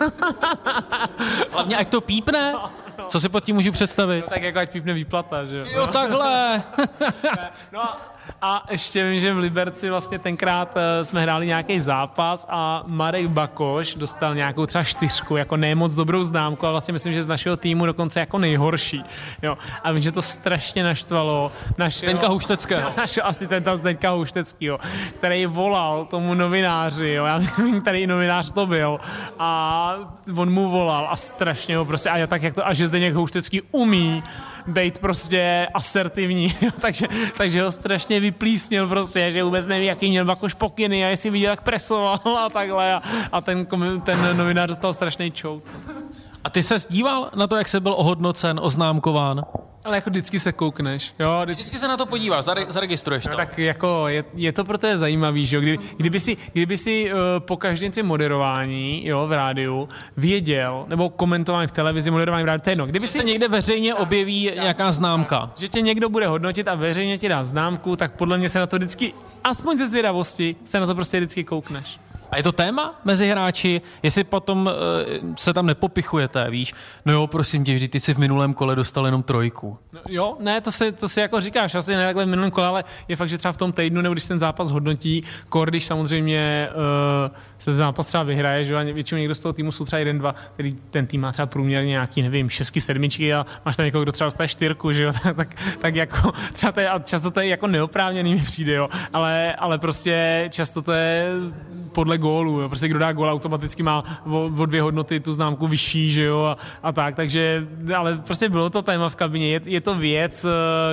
Hlavně ať to pípne? Co si pod tím můžu představit? No, tak jako ať pípne výplata, že jo. Jo, takhle. No a ještě vím, že v Liberci vlastně tenkrát jsme hráli nějaký zápas a Marek Bakoš dostal nějakou třeba 4, jako nemoc dobrou známku a vlastně myslím, že z našeho týmu dokonce jako nejhorší. Jo. A vím, že to strašně naštvalo Zdeňka Houšteckého. Našeho asistenta Zdeňka Houšteckého, který volal tomu novináři, jo. Já nevím, který novinář to byl. A on mu volal a strašně ho prostě, a že Zdeněk Houštecký umí být prostě asertivní, takže ho strašně vyplísnil prostě, že vůbec neví, jaký měl Bakoš pokyny a jestli viděl, jak presoval a takhle a ten novinář dostal strašný čout. A ty ses díval na to, jak se byl ohodnocen, oznámkován? Ale jako vždycky se koukneš, jo. Vždycky se na to podíváš, zaregistruješ to. No, tak jako je to pro tebe zajímavý, že jo. Kdyby si po každém tvém moderování, jo, v rádiu věděl, nebo komentování v televizi, moderování v rádiu, to je jedno. Kdyby se někde veřejně objeví nějaká známka. Že tě někdo bude hodnotit a veřejně ti dá známku, tak podle mě se na to vždycky, aspoň ze zvědavosti, se na to prostě vždycky koukneš. A je to téma mezi hráči, jestli potom se tam nepopichujete, víš? No jo, prosím tě, vždy ty jsi v minulém kole dostal jenom 3. No, jo, ne, to si jako říkáš, asi ne takhle v minulém kole, ale je fakt, že třeba v tom týdnu, nebo když ten zápas hodnotí, když samozřejmě se ten zápas třeba vyhraje, že jo, a většinou někdo z toho týmu jsou třeba 1-2, který ten tým má třeba průměrně nějaký, nevím, 6, 7 a máš tam někoho, kdo třeba dostane 4, že jo, tak jako třeba to je, a často to je jako neoprávněný mi přijde, jo, ale prostě často to je podle gólu, jo. Prostě kdo dá gól, automaticky má o 2 hodnoty tu známku vyšší, že jo, a tak, takže, ale prostě bylo to téma v kabině, je to věc,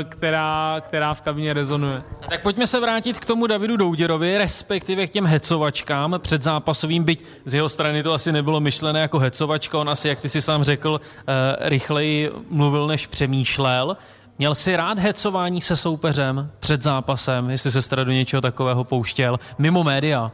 která v kabině rezonuje. Tak pojďme se vrátit k tomu Davidu Douděrovi, respektive k těm hecovačkám předzápasovým, byť z jeho strany to asi nebylo myšlené jako hecovačka, on asi, jak ty si sám řekl, rychleji mluvil, než přemýšlel. Měl jsi rád hecování se soupeřem před zápasem, jestli se teda do něčeho takového pouštěl, mimo média?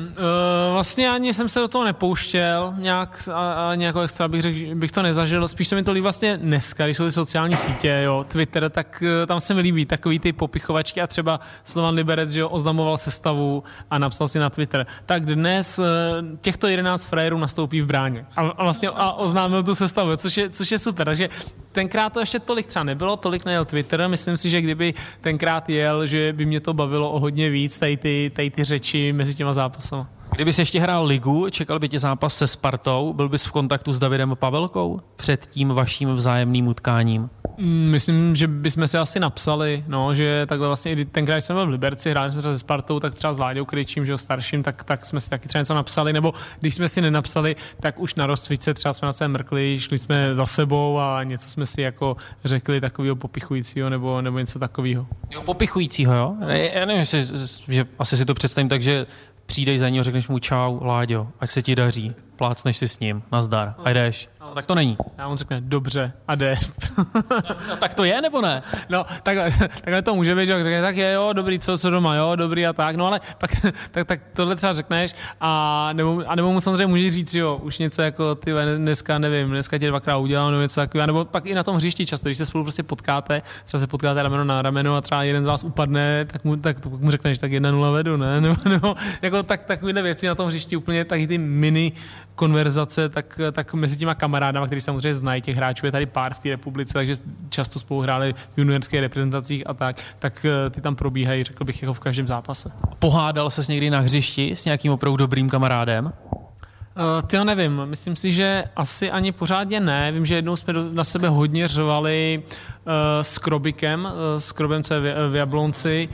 Vlastně ani jsem se do toho nepouštěl, nějakou extra bych to nezažil, spíš se mi to líbí vlastně dneska, když jsou ty sociální sítě, jo, Twitter, tak tam se mi líbí takový ty popichovačky a třeba Slovan Liberec, že jo, oznamoval sestavu a napsal si na Twitter. Tak dnes těchto 11 frajerů nastoupí v bráně a vlastně oznámil tu sestavu, což je super, takže tenkrát to ještě tolik třeba nebylo, tolik nejel Twitter, myslím si, že kdyby tenkrát jel, že by mě to bavilo o hodně víc, tady ty řeči mezi těma zápasama. Kdybys ještě hrál ligu, čekal by tě zápas se Spartou, byl bys v kontaktu s Davidem Pavelkou před tím vaším vzájemným utkáním? Myslím, že bychom si asi napsali, no, že takhle vlastně, tenkrát, když jsem byl v Liberci, hráli jsme třeba se Spartou, tak třeba s Láďou Krejčím, že jo, starším, tak jsme si taky třeba něco napsali, nebo když jsme si nenapsali, tak už na rozcvičce třeba jsme na sebe mrkli, šli jsme za sebou a něco jsme si jako řekli takového popichujícího nebo něco takového. Jo, popichujícího, jo? Já nevím, že asi si to představím tak, že přijdeš za něho, řekneš mu čau, Láďo, ať se ti daří, plácneš si s ním, nazdar, a jdeš. No, tak to není. A on řekne, dobře, a jde. No, tak to je, nebo ne? No, takhle to může být, že řekne, tak je, jo, dobrý, co doma, jo, dobrý a tak, no ale tak tohle třeba řekneš a nebo mu samozřejmě můžeš říct, jo, už něco jako, ty dneska nevím, dneska tě 2krát udělám, nebo něco takového, nebo pak i na tom hřišti často, když se spolu prostě potkáte, třeba se potkáte rameno na rameno a třeba jeden z vás upadne, tak mu řekneš, tak 1-0 vedu, ne? Nebo jako takovéhle věci na tom hřišti úplně taky ty mini konverzace, tak mezi těma kamarádama, který samozřejmě znají, těch hráčů je tady pár v té republice, takže často spolu hráli v juniorských reprezentacích a tak ty tam probíhají, řekl bych, jako v každém zápase. Pohádal ses někdy na hřišti s nějakým opravdu dobrým kamarádem? Tyho nevím, myslím si, že asi ani pořádně ne. Vím, že jednou jsme na sebe hodně řvali s Krobikem, s Krobem, co je v Jablonci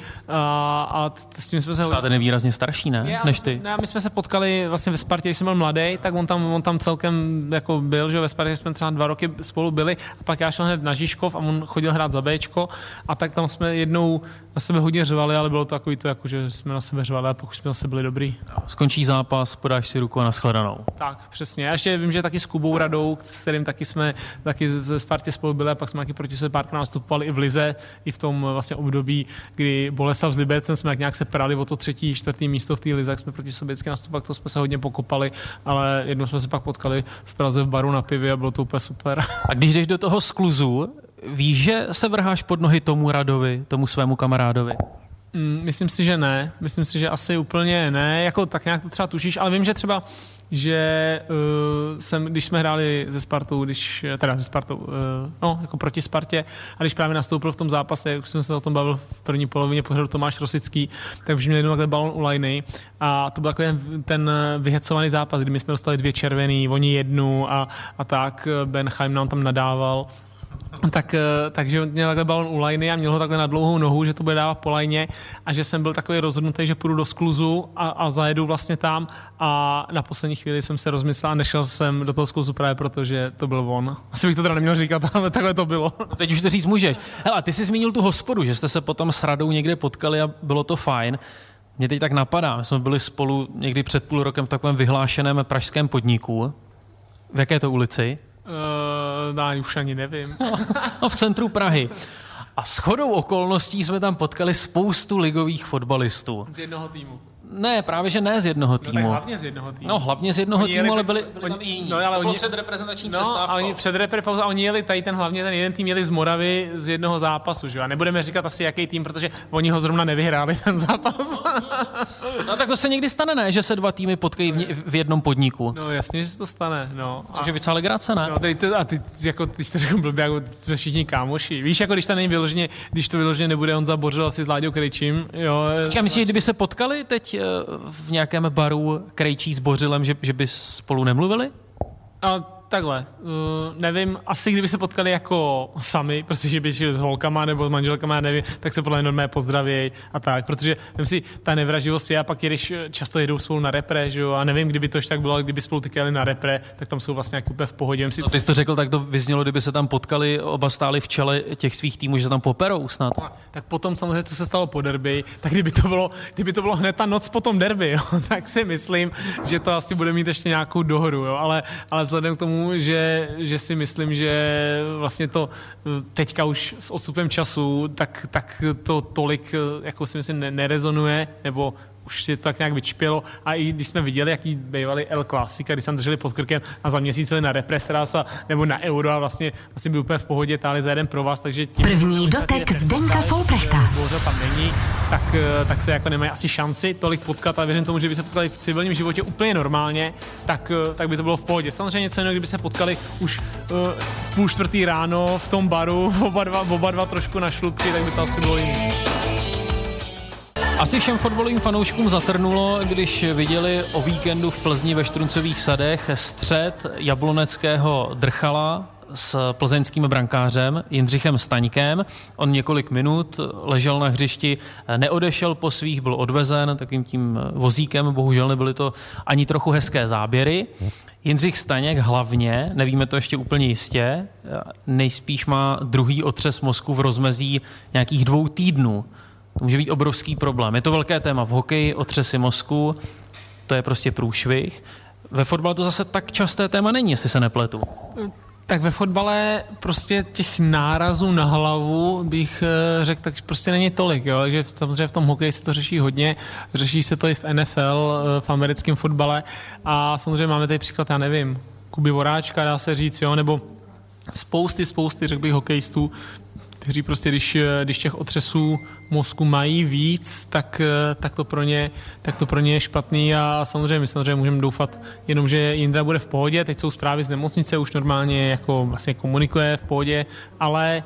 a s tím jsme se... Ten je výrazně starší, ne? Než ty. Ne, my jsme se potkali vlastně ve Spartě, když jsem byl mladý, tak on tam celkem jako byl, že ve Spartě jsme třeba 2 roky spolu byli a pak já šel hned na Žižkov a on chodil hrát za Bčko a tak tam jsme jednou na sebe hodně řvali, ale bylo to takový to, jako, že jsme na sebe řvali a pokud jsme zase byli dobrý. Skončí zápas, podáš si ruku a nashledanou. Tak, přesně. Já ještě vím, že taky s Kubou Radou, s kterým taky jsme ze Spartě spolu byli a pak jsme taky proti sebe párkrát nastupovali i v lize, i v tom vlastně období, kdy Boleslav s Libercem jsme nějak se prali o to 3., 4. místo v té lize, jak jsme proti sobě vždycky nastupovali, to jsme se hodně pokopali, ale jednou jsme se pak potkali v Praze v baru na pivě a bylo to úplně super. A když jdeš do toho skluzu, víš, že se vrháš pod nohy tomu Radovi, tomu svému kamarádovi? Myslím si, že ne. Myslím si, že asi úplně ne. Jako tak nějak to třeba tušíš, ale vím, že třeba že když jsme hráli ze Spartou, jako proti Spartě a když právě nastoupil v tom zápase, už jsem se o tom bavil v první polovině pořadu Tomáš Rosický, tak už měl jednou takhle balon u lajny a to byl takový ten vyhecovaný zápas, kdy my jsme dostali 2 červený, oni 1 a tak Ben Chaim nám tam nadával. Takže měl takhle balon u lajny a měl ho takhle na dlouhou nohu, že to bude dávat po lajně a že jsem byl takový rozhodnutý, že půjdu do skluzu a zajedu vlastně tam a na poslední chvíli jsem se rozmyslel a nešel jsem do toho skluzu právě proto, že to byl on. Asi bych to teda neměl říkat, ale takhle to bylo. No teď už to říct můžeš. Hele, ty jsi zmínil tu hospodu, že jste se potom s Radou někde potkali a bylo to fajn. Mě teď tak napadá, my jsme byli spolu někdy před půl rokem v takovém vyhlášeném pražském podniku. V jaké to ulici? Už ani nevím. No, v centru Prahy. A shodou okolností jsme tam potkali spoustu ligových fotbalistů. Z jednoho týmu. Ne, právě že ne z jednoho No tak týmu. hlavně z jednoho týmu. No, hlavně z jednoho Oni týmu, jeli ale tak- byli oni- tam i jiní. no, ale to bylo oni- před reprezentační No, přestávkou. a oni před repre a oni jeli tady hlavně ten jeden tým jeli z Moravy z jednoho zápasu, že jo? A nebudeme říkat asi jaký tým, protože oni ho zrovna nevyhráli ten zápas. No tak to se někdy stane, ne? Že se dva týmy potkají v jednom podniku. No jasně, že se to stane, no. Což je vycela legrace, ne? No, ty jsi to řekl blbě, jako jsme všichni kámoši. Víš, jako když to není vyloženě, když to vyloženě nebude Honza Bořil asi s Láďou Krejčím, jo. Já myslím, že kdyby se potkali teď v nějakém baru Krejčí s Bořilem, že by spolu nemluvili? A takhle, nevím, asi kdyby se potkali jako sami, prostě, že by šli s holkama nebo s manželkama, já nevím, tak se podle mě normálně pozdravěj a tak, protože vím si, ta nevraživost je a pak když často jedou spolu na repre, že jo, a nevím, kdyby to ještě tak bylo, ale kdyby spolu tyky jeli na repre, tak tam jsou vlastně jako úplně v pohodě. Vím si, No, ty jsi to řekl, tak to vyznělo, kdyby se tam potkali, oba stáli v čele těch svých týmů, že se tam poperou snad. tak potom samozřejmě, co se stalo po derby, tak kdyby to bylo hned ta noc po tom derby, jo, tak si myslím, že to asi bude mít ještě nějakou dohru, jo, ale vzhledem k tomu, že si myslím, že vlastně to teďka už s odstupem času, tak to tolik, jako si myslím, nerezonuje, nebo už je to tak nějak vyčpělo. A i když jsme viděli, jaký bývalý El Clásico, když jsme drželi pod krkem a za měsíc jeli na Represtrasa nebo na Euro a vlastně byl úplně v pohodě, táli za jeden pro vás, takže První dotek Zdenka Folprechta. Bohužel tam není, tak se jako nemají asi šanci tolik potkat, ale věřím tomu, že by se potkali v civilním životě úplně normálně, tak by to bylo v pohodě. Samozřejmě něco jiného, kdyby se potkali už v 3:30 ráno v tom baru, oba dva trošku na šlupky, tak by to asi bylo jiné. Asi všem fotbalovým fanouškům zatrnulo, když viděli o víkendu v Plzni ve Štruncových sadech střet jabloneckého drchala s plzeňským brankářem Jindřichem Staňkem. On několik minut ležel na hřišti, neodešel po svých, byl odvezen takovým tím vozíkem, bohužel nebyly to ani trochu hezké záběry. Jindřich Staněk hlavně, nevíme to ještě úplně jistě, nejspíš má druhý otřes mozku v rozmezí nějakých 2 týdnů. To může být obrovský problém. Je to velké téma v hokeji, otřesy mozku, to je prostě průšvih. Ve fotbale to zase tak časté téma není, jestli se nepletu. Tak ve fotbale prostě těch nárazů na hlavu bych řekl, tak prostě není tolik, jo? Takže samozřejmě v tom hokeji se to řeší hodně, řeší se to i v NFL, v americkém fotbale a samozřejmě máme tady příklad, já nevím, Kuby Voráčka, dá se říct, jo? Nebo spousty, řekl bych, hokejistů, kteří prostě, když těch otřesů mozku mají víc, tak to pro ně je špatný a samozřejmě můžeme doufat jenom, že Jindra bude v pohodě. Teď jsou zprávy z nemocnice, už normálně jako vlastně komunikuje v pohodě, ale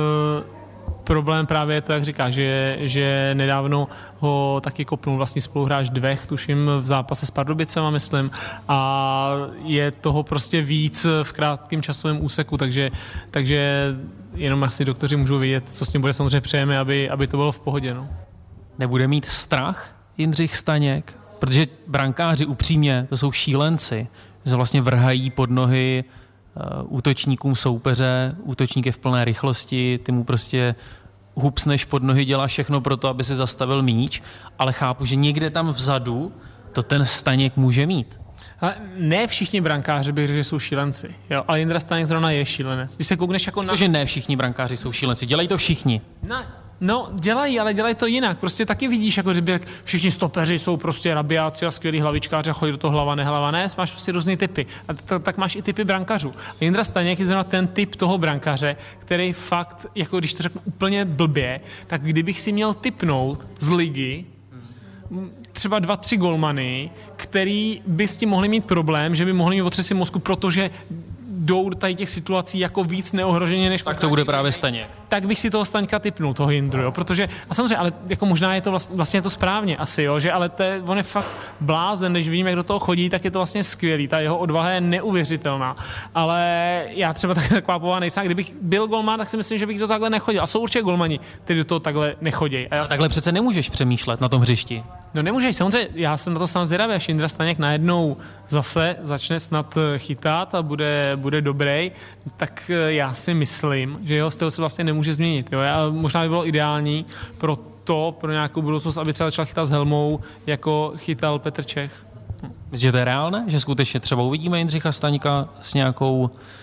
problém právě je to, jak říká, že nedávno ho taky kopnul vlastně spoluhráč Dvech, tuším v zápase s Pardubicema, myslím, a je toho prostě víc v krátkém časovém úseku, takže jenom asi doktoři můžou vědět, co s ním bude, samozřejmě přejeme, aby to bylo v pohodě. No. Nebude mít strach Jindřich Staněk? Protože brankáři upřímně, to jsou šílenci, že se vlastně vrhají pod nohy útočníkům soupeře, útočník je v plné rychlosti, ty mu prostě hupsneš pod nohy, dělá všechno pro to, aby si zastavil míč, ale chápu, že někde tam vzadu to ten Staněk může mít. Ale ne všichni brankáři bych řekl, že jsou šílenci, jo, ale Jindra Staněk zrovna je šílenec. Když se koukneš jako na... Protože ne všichni brankáři jsou šílenci, dělají to všichni. Ne. No, dělají, ale dělají to jinak. Prostě taky vidíš, jako že všichni stopeři jsou prostě rabiáci a skvělí hlavičkáři a chodí do toho hlava, ne. Máš prostě různý typy. A tak máš i typy brankařů. A Jindra Staněk je zrovna ten typ toho brankaře, který fakt, jako když to řeknu úplně blbě, tak kdybych si měl tipnout z ligy třeba 2-3 golmany, který by s tím mohli mít problém, že by mohli mít otřesy mozku, protože jdou do tady těch situací jako víc neohroženě než... Tak to bude právě Staněk. Tak bych si toho Staňka tipnul, toho Jindru, jo, protože, a samozřejmě, ale jako možná je to vlastně to správně asi, jo, že ale on je fakt blázen, když vidím, jak do toho chodí, tak je to vlastně skvělý, ta jeho odvaha je neuvěřitelná, ale já třeba taková povaha nejsem, kdybych byl golman, tak si myslím, že bych to takhle nechodil a jsou určitě golmani, kteří do toho takhle nechodí. A takhle přece nemůžeš přemýšlet na tom hřišti. No nemůžeš, samozřejmě, já jsem na to sám zvědavý, až Jindra Staněk najednou zase začne snad chytat a bude dobrý, tak já si myslím, že jeho styl se vlastně nemůže změnit. Jo? A možná by bylo ideální pro nějakou budoucnost, aby třeba začal chytat s helmou, jako chytal Petr Čech. Myslíš, že to je reálné? Že skutečně třeba uvidíme Jindřicha Staňka s nějakou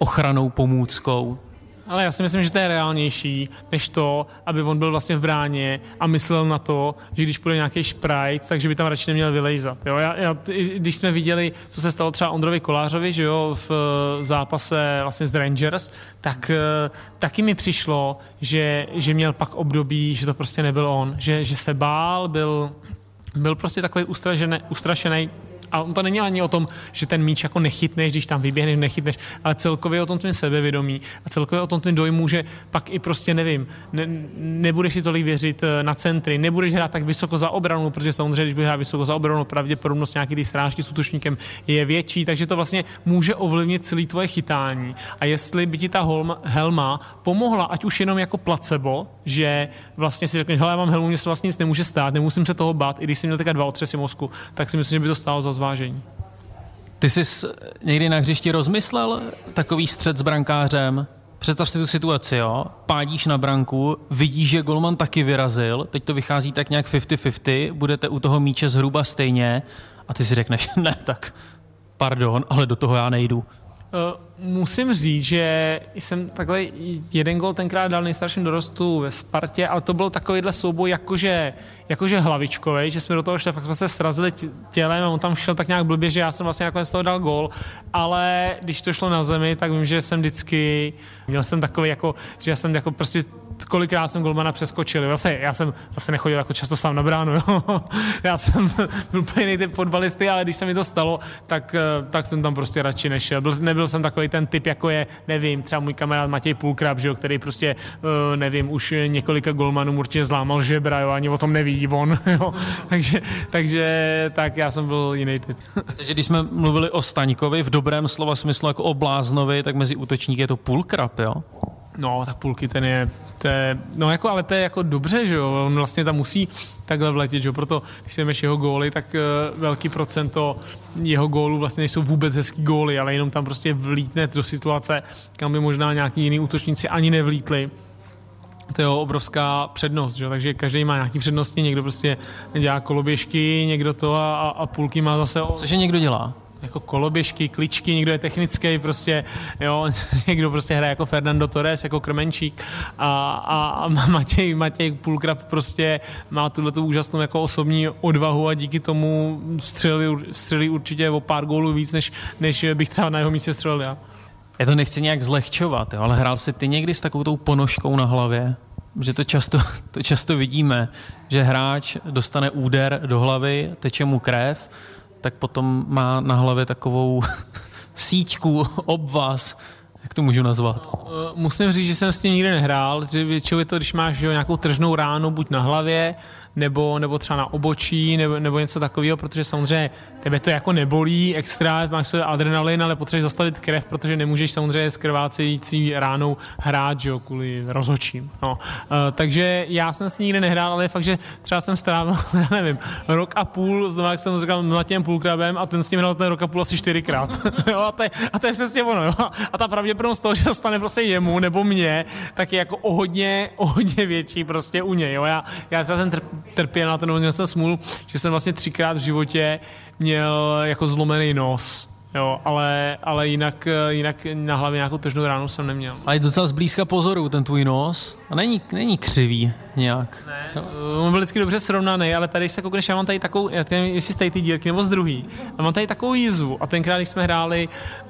ochrannou pomůckou. Ale já si myslím, že to je reálnější, než to, aby on byl vlastně v bráně a myslel na to, že když půjde nějaký šprajc, takže by tam radši neměl vylejzat. Jo? Když jsme viděli, co se stalo třeba Ondrovi Kolářovi, že jo, v zápase vlastně z Rangers, tak taky mi přišlo, že měl pak období, že to prostě nebyl on, že se bál, byl prostě takový ustrašený. A to není ani o tom, že ten míč jako nechytneš, když tam vyběhneš, nechytneš, ale celkově o tom tvým sebevědomí a celkově o tom tvým dojmu, že pak i prostě nevím, nebudeš si tolik věřit na centry, nebudeš hrát tak vysoko za obranu, protože samozřejmě, když budeš hrát vysoko za obranu, pravděpodobnost nějaký ty strážky s útočníkem je větší, takže to vlastně může ovlivnit celé tvoje chytání. A jestli by ti ta helma pomohla, ať už jenom jako placebo, že vlastně si řekneš, hele, já mám helmu, mě se vlastně nic nemůže stát, nemusím se toho bát, i když jsem měl teďka 2 otřesy mozku, tak si myslím, že by to stálo za zvážení. Ty jsi někdy na hřišti rozmyslel takový střet s brankářem? Představ si tu situaci, jo? Pádíš na branku, vidíš, že golman taky vyrazil, teď to vychází tak nějak 50-50, budete u toho míče zhruba stejně a ty si řekneš, ne, tak pardon, ale do toho já nejdu. Musím říct, že jsem takhle jeden gol tenkrát dal nejstarším dorostu ve Spartě, ale to byl takovýhle souboj jakože hlavičkovej, že jsme do toho šli, fakt jsme se srazili tělem a on tam šel tak nějak blbě, že já jsem vlastně nakonec z toho dal gol, ale když to šlo na zemi, tak vím, že jsem vždycky, měl jsem takový jako, že já jsem jako prostě kolikrát jsem golmana přeskočil. Já jsem zase nechodil jako často sám na bránu. Jo. Já jsem byl plný typ fotbalisty, ale když se mi to stalo, tak jsem tam prostě radši nešel. Nebyl jsem takový ten typ, jako je, nevím, třeba můj kamarád Matěj Půlkrab, že jo, který prostě, nevím, už několika golmanům určitě zlámal žebra, jo, ani o tom neví on. Jo. Takže já jsem byl jiný typ. Takže když jsme mluvili o Staňkovi v dobrém slova smyslu jako o bláznovi, tak mezi útočníky je to Půlkrab, jo? No, tak Půlky ale to je jako dobře, že jo, on vlastně tam musí takhle vletět, že jo, proto když si jdeš jeho góly, tak velký procento jeho gólů vlastně nejsou vůbec hezký góly, ale jenom tam prostě vlítne do situace, kam by možná nějaký jiný útočníci ani nevlítli. To je obrovská přednost, že? Takže každý má nějaký přednosti, někdo prostě dělá koloběžky, někdo to a Půlky má zase... Cože někdo dělá? Jako koloběžky, kličky, někdo je technický, prostě, jo, někdo prostě hraje jako Fernando Torres, jako Krmenčík a Matěj Půlkrab prostě má tuhletu úžasnou jako osobní odvahu a díky tomu střelili určitě o pár gólů víc, než bych třeba na jeho místě střelil já. Já to nechci nějak zlehčovat, jo, ale hrál jsi ty někdy s takovou tou ponožkou na hlavě? Že to často vidíme, že hráč dostane úder do hlavy, teče mu krev, tak potom má na hlavě takovou síťku, obvaz, jak to můžu nazvat? Musím říct, že jsem s tím nikdy nehrál, že většinou je to, když máš nějakou tržnou ránu buď na hlavě, nebo třeba na obočí, nebo něco takového, protože samozřejmě tebe to jako nebolí extra, máš svůj adrenalin, ale potřebuješ zastavit krev, protože nemůžeš samozřejmě s krvácející ránou hrát, že jo, kvůli rozhodčím. No. Takže já jsem s ní nikdy nehrál, ale fakt, že třeba jsem strávil, já nevím, rok a půl, znovu, jak jsem říkal, Matějem Půlkrabem a ten s ním hrál ten rok a půl asi 4krát. Jo, a to je přesně ono. Jo. A ta pravděpodobnost toho, že se stane prostě jemu nebo mně, tak je jako o hodně větší prostě u něj. Jo. Já třeba jsem trpěl na ten, měl jsem smůl, že jsem vlastně 3krát v životě měl jako zlomený nos. Jo, ale jinak na hlavě nějakou tržnou ránu jsem neměl. A je docela zblízka pozoru ten tvůj nos. A není křivý nějak. Ne, on byl vždycky dobře srovnaný, ale tady se koukneš, já mám tady takovou, jestli z tady ty dírky nebo z druhý, a mám tady takovou jízvu. A tenkrát, když jsme hráli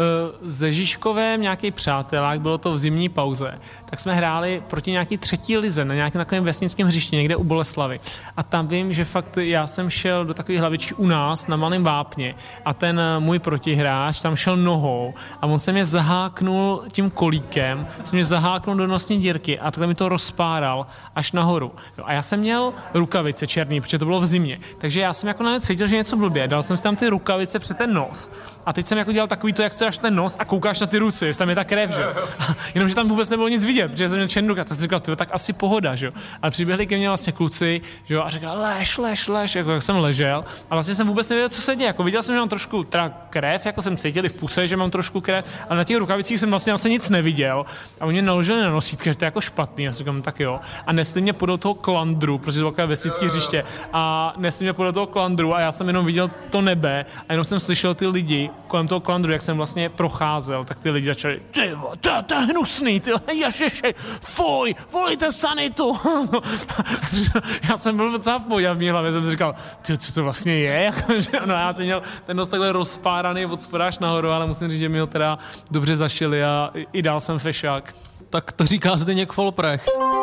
se Žižkovem nějaký přátelák, bylo to v zimní pauze, tak jsme hráli proti nějaký 3. lize na nějakém takovém vesnickém hřišti někde u Boleslavy. A tam vím, že fakt já jsem šel do takové hlavičky u nás na Malém Vápně a ten můj protihráč tam šel nohou a on se mě zaháknul tím kolíkem, se mě zaháknul do nosní dírky a takhle mi to rozpáral až nahoru. A já jsem měl rukavice černý, protože to bylo v zimě. Takže já jsem jako na ně cítil, že něco blbě. Dal jsem si tam ty rukavice před ten nos. A teď jsem jako dělal takový to, jak stojáš ten nos a koukáš na ty ruce, jestli tam je ta krev, že jo. Jenomže tam vůbec nebylo nic vidět, protože jsem měl černou ruku. Tak jsem říkal, tak asi pohoda, že jo. Ale přiběhli ke mně vlastně kluci, že jo, a říkali, lež, jako jak jsem ležel. A vlastně jsem vůbec nevěděl, co se děje. Jako viděl jsem, že mám trošku krev jako jako jsem cítil v puse, že mám trošku krev, ale na těch rukavicích jsem vlastně asi nic neviděl. A oni naložili na nosítky, že to je jako špatný. Já si říkám, tak jo. A nesli mě podle toho klandru, protože to bylo takové vesnické hřiště. A nesli mě podle toho klandru a já jsem jenom viděl to nebe a jenom jsem slyšel ty lidi kolem toho klandru, jak jsem vlastně procházel, tak ty lidi začali, to je hnusný, ty ježiši, fuj, volejte sanitu. Já jsem byl docela v pohodě a v mý hlavě jsem si říkal, co to vlastně je? No já teď měl ten nos takhle rozpáraný od spoda až nahoru, ale musím říct, že mi ho teda dobře zašili a i dál jsem fešák. Tak to říká Zdeněk Folprecht.